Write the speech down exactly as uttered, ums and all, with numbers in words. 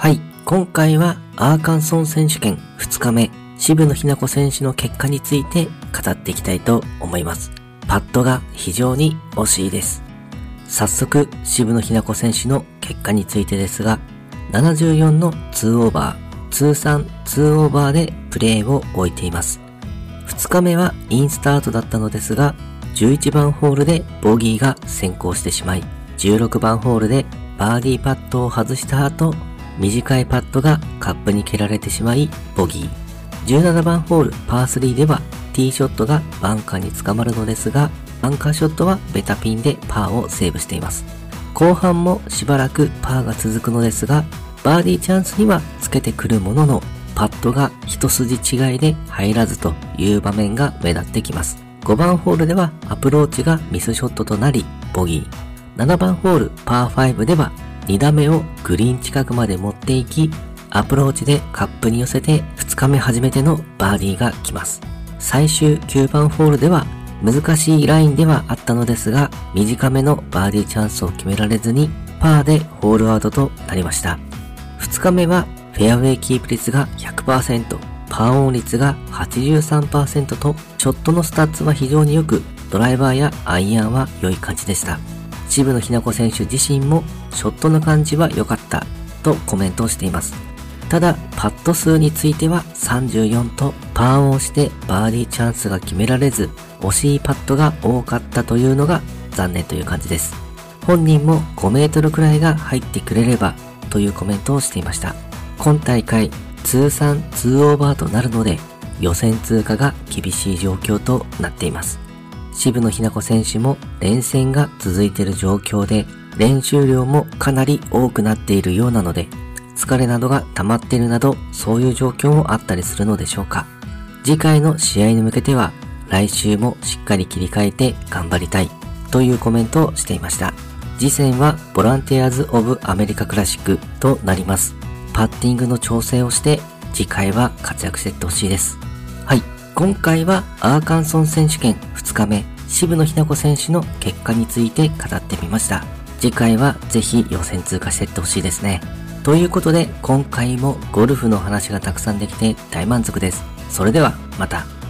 はい、今回はアーカンソン選手権ふつかめ、渋野日向子選手の結果について語っていきたいと思います。パットが非常に惜しいです。早速、渋野日向子選手の結果についてですが、ななじゅうよんのにオーバー、通算にオーバーでプレーを終えています。ふつかめはインスタートだったのですが、じゅういちばんホールでボギーが先行してしまい、じゅうろくばんホールでバーディーパットを外した後、短いパットがカップに蹴られてしまいボギー。じゅうななばんホールパースリーではティーショットがバンカーに捕まるのですが、バンカーショットはベタピンでパーをセーブしています。後半もしばらくパーが続くのですが、バーディーチャンスにはつけてくるものの、パットが一筋違いで入らずという場面が目立ってきます。ごばんホールではアプローチがミスショットとなりボギー。ななばんホールパーごではに打目をグリーン近くまで持っていき、アプローチでカップに寄せてふつかめ初めてのバーディーが来ます。最終きゅうばんホールでは難しいラインではあったのですが、短めのバーディーチャンスを決められずにパーでホールアウトとなりました。ふつかめはフェアウェイキープ率が ひゃくパーセント、パーオン率が はちじゅうさんパーセント と、ショットのスタッツは非常に良く、ドライバーやアイアンは良い感じでした。渋野日向子選手自身もショットの感じは良かったとコメントをしています。ただパット数についてはさんじゅうよんとパーオンしてバーディーチャンスが決められず、惜しいパットが多かったというのが残念という感じです。本人もごメートルくらいが入ってくれればというコメントをしていました。今大会通算にオーバーとなるので、予選通過が厳しい状況となっています。渋野日向子選手も連戦が続いている状況で、練習量もかなり多くなっているようなので、疲れなどが溜まっているなど、そういう状況もあったりするのでしょうか。次回の試合に向けては、来週もしっかり切り替えて頑張りたいというコメントをしていました。次戦はボランティアーズ・オブ・アメリカ・クラシックとなります。パッティングの調整をして次回は活躍していってほしいです。はい、今回はアーカンソン選手権ふつかめ、渋野日向子選手の結果について語ってみました。次回はぜひ予選通過していってほしいですね。ということで今回もゴルフの話がたくさんできて大満足です。それではまた。